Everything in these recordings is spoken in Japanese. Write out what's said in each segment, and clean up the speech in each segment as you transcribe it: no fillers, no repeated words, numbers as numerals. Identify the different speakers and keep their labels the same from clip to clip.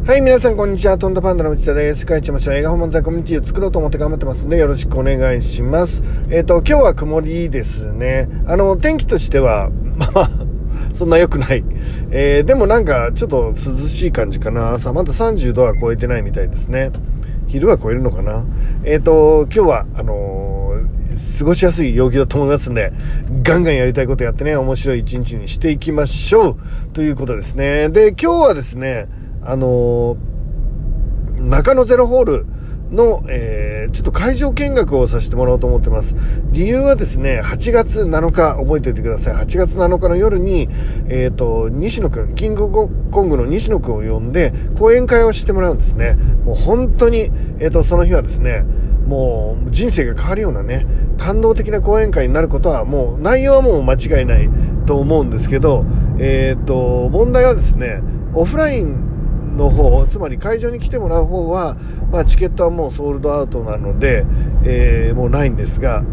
Speaker 1: はい、皆さんこんにちは。トンダパンダの内田です。世界一面白い映画本漫才コミュニティを作ろうと思って頑張ってますんで、よろしくお願いします。今日は曇りですね。天気としては、そんな良くない。でもなんかちょっと涼しい感じかな。朝まだ30度は超えてないみたいですね。昼は超えるのかな。今日は、過ごしやすい陽気だと思いますんで、ガンガンやりたいことやってね、面白い一日にしていきましょうということですね。で、今日はですね、中野ゼロホールの、ちょっと会場見学をさせてもらおうと思ってます。理由はですね、8月7日、覚えておいてください。8月7日の夜に、西野くん、キングコングの西野くんを呼んで、講演会をしてもらうんですね。もう本当に、その日はですね、もう人生が変わるようなね、感動的な講演会になることはもう、内容はもう間違いないと思うんですけど、問題はですね、オフラインの方、つまり会場に来てもらう方は、チケットはもうソールドアウトなので、もうないんですが、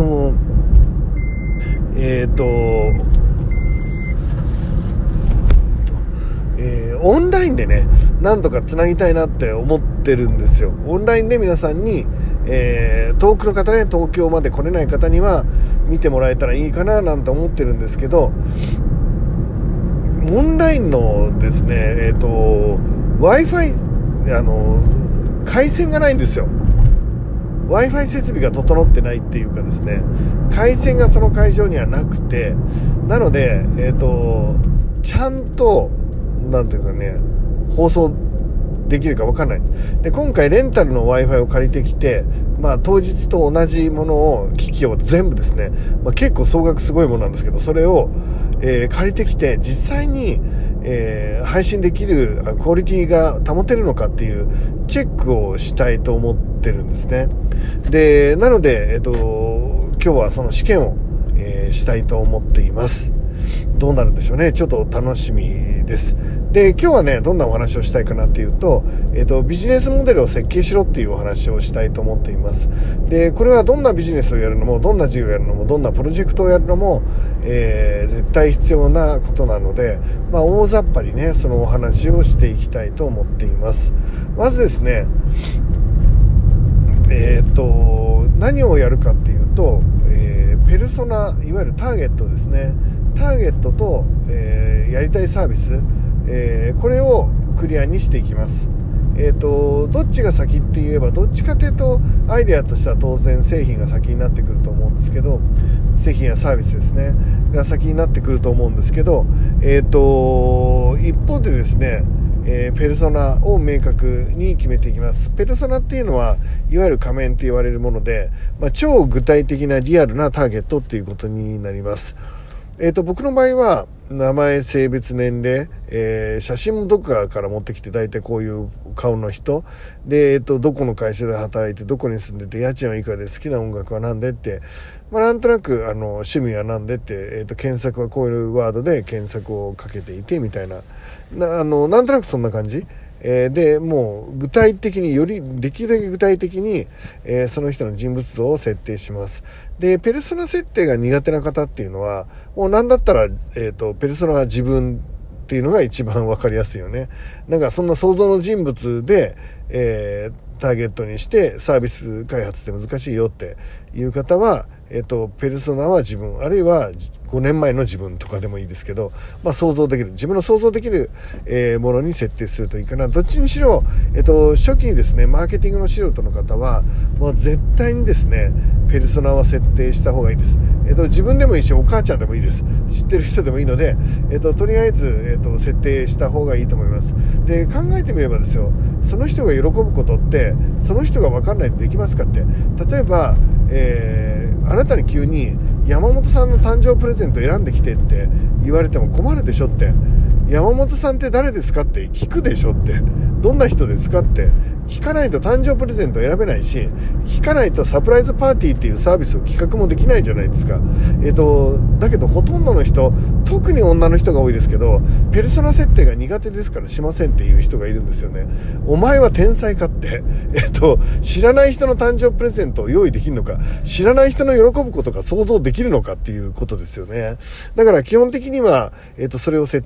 Speaker 1: オンラインでね、なんとかつなぎたいなって思ってるんですよ。オンラインで皆さんに、遠くの方ね、東京まで来れない方には見てもらえたらいいかななんて思ってるんですけど、オンラインのですね、Wi-Fi、回線がないんですよ。Wi-Fi 設備が整ってないっていうかですね、回線がその会場にはなくて、なので、ちゃんと、なんていうかね、放送できるか分かんない。で、今回レンタルの Wi-Fi を借りてきて、当日と同じものを、機器を全部ですね、結構総額すごいものなんですけど、それを、借りてきて、実際に、配信できるクオリティが保てるのかっていうチェックをしたいと思ってるんですね。で、なので、今日はその試験を、したいと思っています。どうなるんでしょうね。ちょっと楽しみです。で、今日はね、どんなお話をしたいかなっていうと、ビジネスモデルを設計しろっていうお話をしたいと思っています。で、これはどんなビジネスをやるのも、どんな事業をやるのも、どんなプロジェクトをやるのも、絶対必要なことなので、大雑把にね、そのお話をしていきたいと思っています。まずですね、何をやるかっていうと、ペルソナ、いわゆるターゲットですね。ターゲットと、やりたいサービス、これをクリアにしていきます。どっちが先って言えば、どっちかというとアイデアとしては当然製品が先になってくると思うんですけど、製品やサービスですねが先になってくると思うんですけど、一方でですね、ペルソナを明確に決めていきます。ペルソナっていうのはいわゆる仮面って言われるもので、超具体的なリアルなターゲットっていうことになります。僕の場合は名前、性別、年齢、写真もどこかから持ってきて、大体こういう顔の人で、どこの会社で働いて、どこに住んでて、家賃はいくらで、好きな音楽は何でって、なんとなく趣味は何でって、検索はこういうワードで検索をかけていてみたいな、なんとなくそんな感じ。で、もう具体的に、よりできるだけ具体的に、その人の人物像を設定します。で、ペルソナ設定が苦手な方っていうのは、もうなんだったら、ペルソナは自分っていうのが一番わかりやすいよね。なんかそんな想像の人物で、ターゲットにしてサービス開発って難しいよっていう方は、ペルソナは自分、あるいは5年前の自分とかでもいいですけど、想像できる、自分の想像できる、ものに設定するといいかな。どっちにしろ、初期にですね、マーケティングの素人の方は、もう絶対にですね、ペルソナは設定した方がいいです。自分でもいいし、お母ちゃんでもいいです。知ってる人でもいいので、とりあえず、設定した方がいいと思います。で、考えてみればですよ、その人が喜ぶことって、その人が分かんないとできますかって。例えば、あなたに急に山本さんの誕生プレゼント選んできてって言われても困るでしょって。山本さんって誰ですかって聞くでしょって。どんな人ですかって聞かないと誕生プレゼント選べないし、聞かないとサプライズパーティーっていうサービスを企画もできないじゃないですか。だけどほとんどの人、特に女の人が多いですけど、ペルソナ設定が苦手ですからしませんっていう人がいるんですよね。お前は天才かって。知らない人の誕生プレゼントを用意できるのか、知らない人の喜ぶことが想像できるのかっていうことですよね。だから基本的には、それを設定していた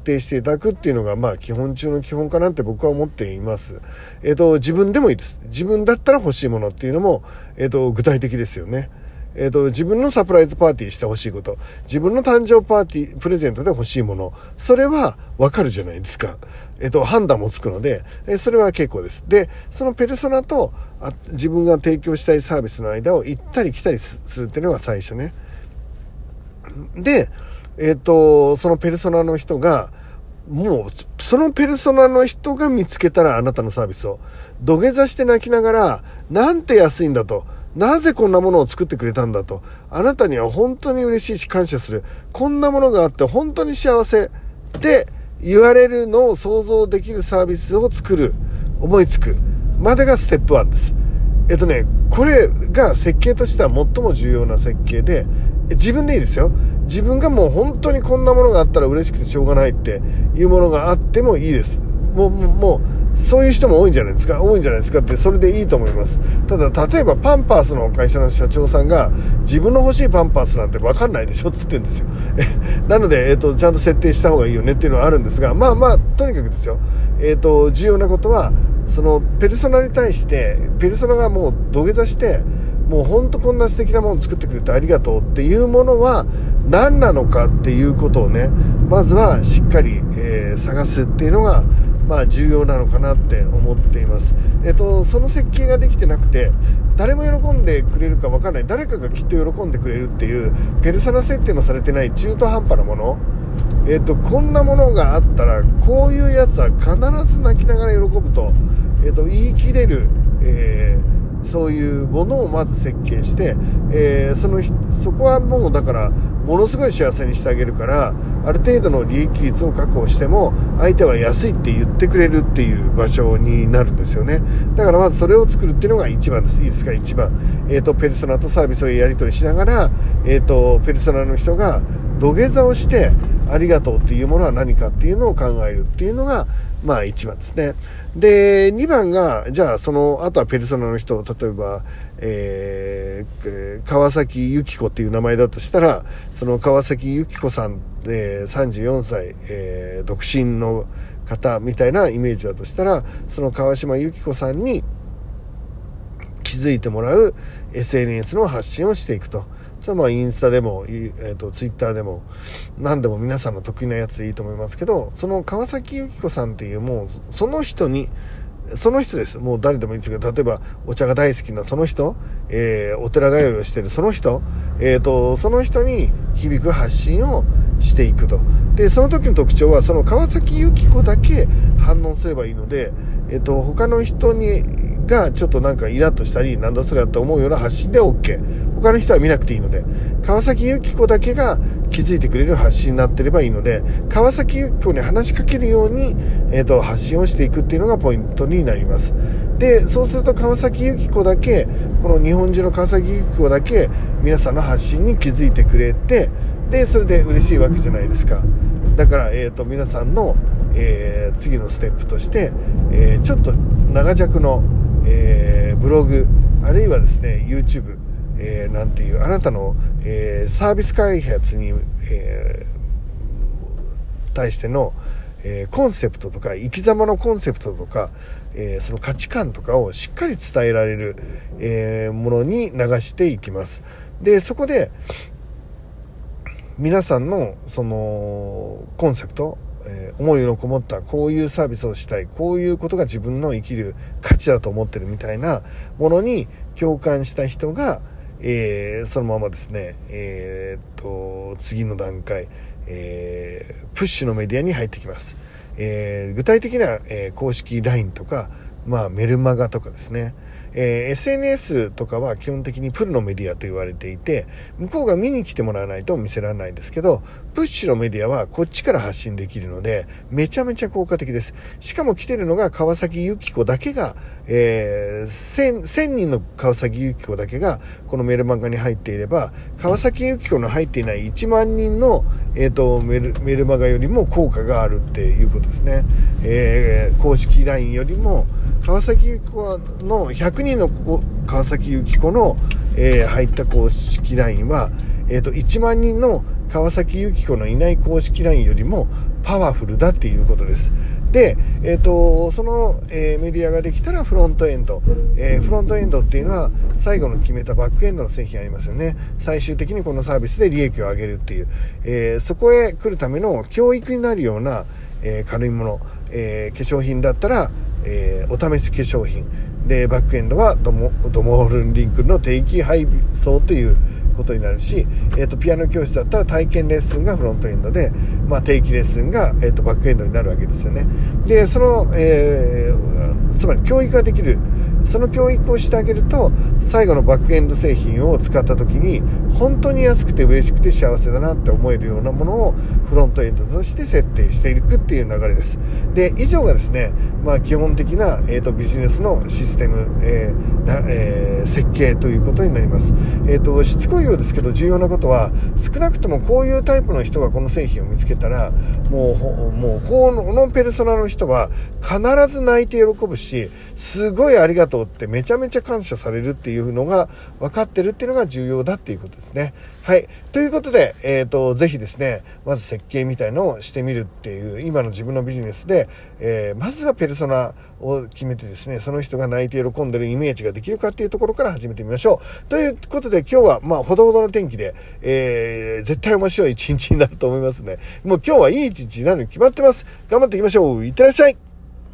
Speaker 1: ただくっていうのが基本中の基本かなって僕は思っています。自分でもいいです。自分だったら欲しいものっていうのも、具体的ですよね。自分のサプライズパーティーして欲しいこと、自分の誕生パーティープレゼントで欲しいもの、それはわかるじゃないですか。判断もつくので、それは結構です。で、そのペルソナと自分が提供したいサービスの間を行ったり来たりするっていうのが最初ね。で、そのペルソナの人がもうそのペルソナの人が見つけたらあなたのサービスを土下座して泣きながら、なんて安いんだと、なぜこんなものを作ってくれたんだと、あなたには本当に嬉しいし感謝する、こんなものがあって本当に幸せって言われるのを想像できるサービスを作る、思いつくまでがステップ1です。これが設計としては最も重要な設計で、自分でいいですよ。自分がもう本当にこんなものがあったら嬉しくてしょうがないっていうものがあってもいいです。もうそういう人も多いんじゃないですかって、それでいいと思います。ただ例えばパンパースの会社の社長さんが自分の欲しいパンパースなんて分かんないでしょっつってんですよなので、ちゃんと設定した方がいいよねっていうのはあるんですが、とにかくですよ、重要なことはそのペルソナに対してペルソナがもう土下座して、もう本当こんな素敵なものを作ってくれてありがとうっていうものは何なのかっていうことをね、まずはしっかり、探すっていうのが重要なのかなって思っています。その設計ができてなくて誰も喜んでくれるか分からない、誰かがきっと喜んでくれるっていうペルソナ設定のされてない中途半端なもの、こんなものがあったらこういうやつは必ず泣きながら喜ぶと、言い切れる、そういうものをまず設計して、そこはもうだからものすごい幸せにしてあげるから、ある程度の利益率を確保しても相手は安いって言ってくれるっていう場所になるんですよね。だからまずそれを作るっていうのが一番です。いいですか、一番。ペルソナとサービスをやり取りしながら、ペルソナの人が土下座をしてありがとうっていうものは何かっていうのを考えるっていうのが1番ですね。で、2番が、じゃあその後はペルソナの人、例えば、川崎由紀子っていう名前だとしたら、その川崎由紀子さん、34歳、独身の方みたいなイメージだとしたら、その川島由紀子さんに気づいてもらう SNS の発信をしていくと。それはインスタでも、ツイッターでも何でも皆さんの得意なやつでいいと思いますけど、その川崎由紀子さんっていうもうその人です。もう誰でもいいんですけど、例えばお茶が大好きなその人、お寺通いをしているその人、その人に響く発信をしていくと。で、その時の特徴はその川崎由紀子だけ反応すればいいので、他の人がちょっとなんかイラッとしたりなんだそれやって思うような発信で OK、 他の人は見なくていいので、川崎由紀子だけが気づいてくれる発信になってればいいので、川崎由紀子に話しかけるように、発信をしていくっていうのがポイントになります。で、そうすると川崎由紀子だけ、この日本中の川崎由紀子だけ皆さんの発信に気づいてくれて、でそれで嬉しいわけじゃないですか。だから、皆さんの、次のステップとして、ちょっと長尺の、ブログあるいはですね YouTube、なんていうあなたの、サービス開発に、対しての、コンセプトとか生き様のコンセプトとか、その価値観とかをしっかり伝えられる、ものに流していきます。でそこで皆さんのそのコンセプト、思いのこもったこういうサービスをしたい、こういうことが自分の生きる価値だと思ってるみたいなものに共感した人が、そのままですね、次の段階、プッシュのメディアに入ってきます。具体的な、公式 LINE とか、メルマガとかですね、SNS とかは基本的にプロのメディアと言われていて、向こうが見に来てもらわないと見せられないんですけど、プッシュのメディアはこっちから発信できるのでめちゃめちゃ効果的です。しかも来てるのが川崎由紀子だけが、1000人の川崎由紀子だけがこのメルマガに入っていれば、川崎由紀子の入っていない1万人の、メルマガよりも効果があるっていうことですね。公式 LINE よりも川崎由紀子の100人の川崎由紀子の、入った公式 LINE は、1万人の川崎由紀子のいない公式 LINE よりもパワフルだっていうことです。で、その、メディアができたらフロントエンド、フロントエンドっていうのは最後の決めたバックエンドの製品ありますよね。最終的にこのサービスで利益を上げるっていう、そこへ来るための教育になるような、軽いもの、化粧品だったら、お試し化粧品で、バックエンドはドモールンリンクの定期配送ということになるし、ピアノ教室だったら体験レッスンがフロントエンドで、定期レッスンが、バックエンドになるわけですよね。で、その、つまり教育ができる、その教育をしてあげると、最後のバックエンド製品を使った時に本当に安くて嬉しくて幸せだなって思えるようなものをフロントエンドとして設定していくっていう流れです。で、以上がですね、基本的な、ビジネスのシステム、設計ということになります。しつこいようですけど重要なことは、少なくともこういうタイプの人がこの製品を見つけたら、もうこのペルソナの人は必ず泣いて喜ぶし、すごいありがとうってめちゃめちゃ感謝されるっていうのが分かってるっていうのが重要だっていうことですね。はい。ということで、ぜひですね、まず設計みたいのをしてみるっていう、今の自分のビジネスで、まずはペルソナを決めてですね、その人が泣いて喜んでるイメージができるかっていうところから始めてみましょう。ということで、今日はほどほどの天気で、絶対面白い一日になると思いますね。もう今日はいい一日になるに決まってます。頑張っていきましょう。いってらっしゃい。